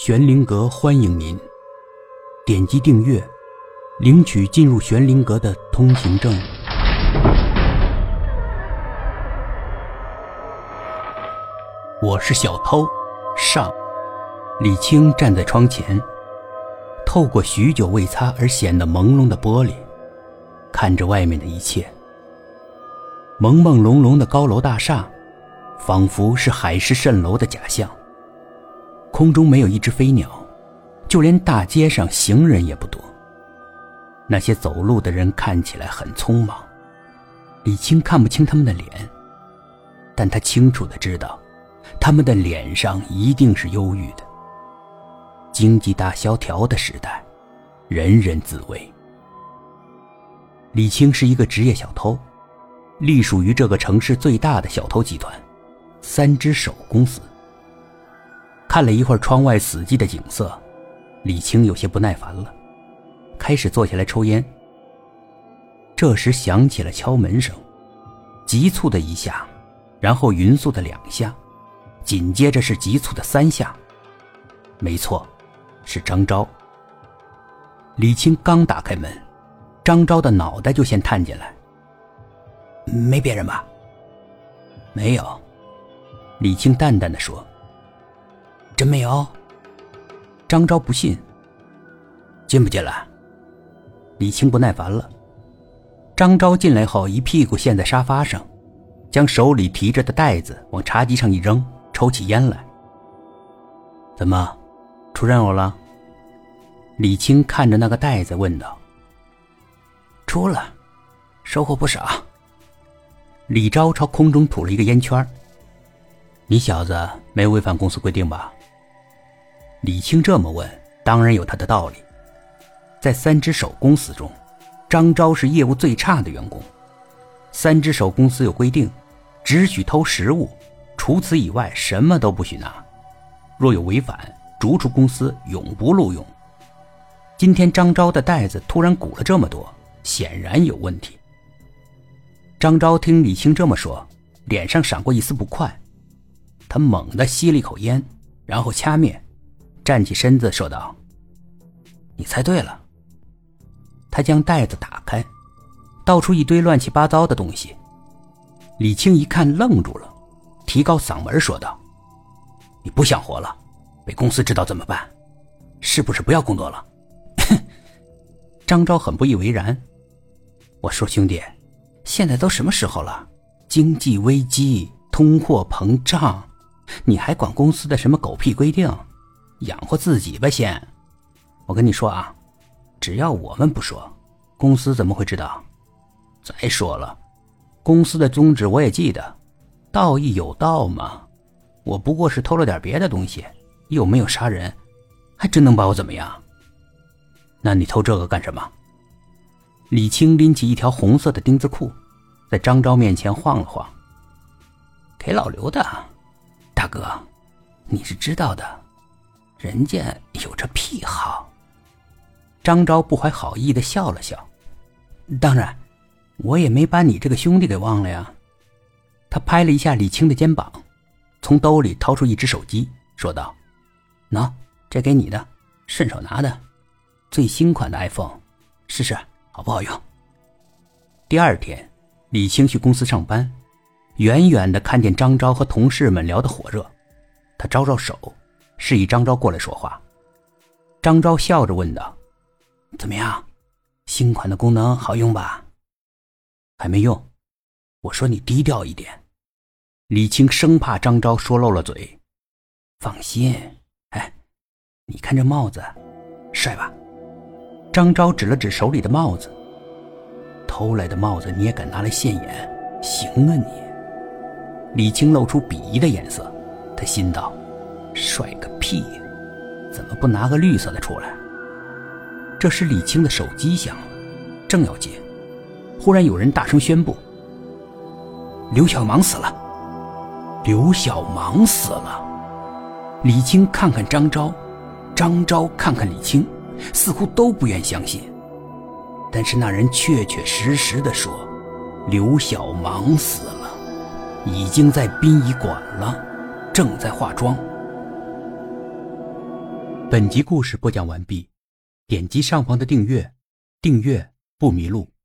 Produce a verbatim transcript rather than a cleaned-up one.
玄灵阁欢迎您，点击订阅，领取进入玄灵阁的通行证。我是小偷上。李青站在窗前，透过许久未擦而显得朦胧的玻璃，看着外面的一切。朦朦胧胧的高楼大厦，仿佛是海市蜃楼的假象。空中没有一只飞鸟，就连大街上行人也不多。那些走路的人看起来很匆忙，李青看不清他们的脸，但他清楚地知道，他们的脸上一定是忧郁的。经济大萧条的时代，人人自危。李青是一个职业小偷，隶属于这个城市最大的小偷集团——三只手公司。看了一会儿窗外死寂的景色，李青有些不耐烦了，开始坐下来抽烟。这时响起了敲门声，急促的一下，然后匀速的两下，紧接着是急促的三下。没错，是张昭。李青刚打开门，张昭的脑袋就先探进来。没别人吧？没有。李青淡淡地说。真没有？张昭不信。进不进来？李青不耐烦了。张昭进来后一屁股陷在沙发上，将手里提着的袋子往茶几上一扔，抽起烟来。怎么，出任务了？李青看着那个袋子问道。出了，收获不少。李昭朝空中吐了一个烟圈。你小子没违反公司规定吧？李青这么问，当然有他的道理。在三只手公司中，张昭是业务最差的员工。三只手公司有规定，只许偷实物，除此以外什么都不许拿。若有违反，逐出公司，永不录用。今天张昭的袋子突然鼓了这么多，显然有问题。张昭听李青这么说，脸上闪过一丝不快，他猛地吸了一口烟，然后掐灭，站起身子说道：你猜对了。他将袋子打开，倒出一堆乱七八糟的东西。李青一看愣住了，提高嗓门说道：你不想活了？被公司知道怎么办？是不是不要工作了？张昭很不以为然。我说兄弟，现在都什么时候了？经济危机，通货膨胀，你还管公司的什么狗屁规定？养活自己吧先。我跟你说啊，只要我们不说，公司怎么会知道？再说了，公司的宗旨我也记得，道义有道嘛。我不过是偷了点别的东西，又没有杀人，还真能把我怎么样？那你偷这个干什么？李青拎起一条红色的丁字裤，在张昭面前晃了晃。给老刘的。大哥，你是知道的，人家有这癖好。张昭不怀好意地笑了笑。当然，我也没把你这个兄弟给忘了呀。他拍了一下李青的肩膀，从兜里掏出一只手机，说道：喏，这给你的，顺手拿的，最新款的 iPhone， 试试好不好用。第二天，李青去公司上班，远远地看见张昭和同事们聊得火热，他招招手，示意张昭过来说话。张昭笑着问道：怎么样，新款的功能好用吧？还没用，我说你低调一点。李青生怕张昭说漏了嘴。放心，哎，你看这帽子帅吧？张昭指了指手里的帽子。偷来的帽子你也敢拿来现眼，行啊你。李青露出鄙夷的眼色，他心道：帅个屁，怎么不拿个绿色的出来？这时李青的手机响了，正要接，忽然有人大声宣布：刘小芒死了！刘小芒死了！李青看看张昭，张昭看看李青，似乎都不愿相信。但是那人确确实实地说，刘小芒死了，已经在殡仪馆了，正在化妆。 本集故事播讲完毕，点击上方的订阅，订阅不迷路。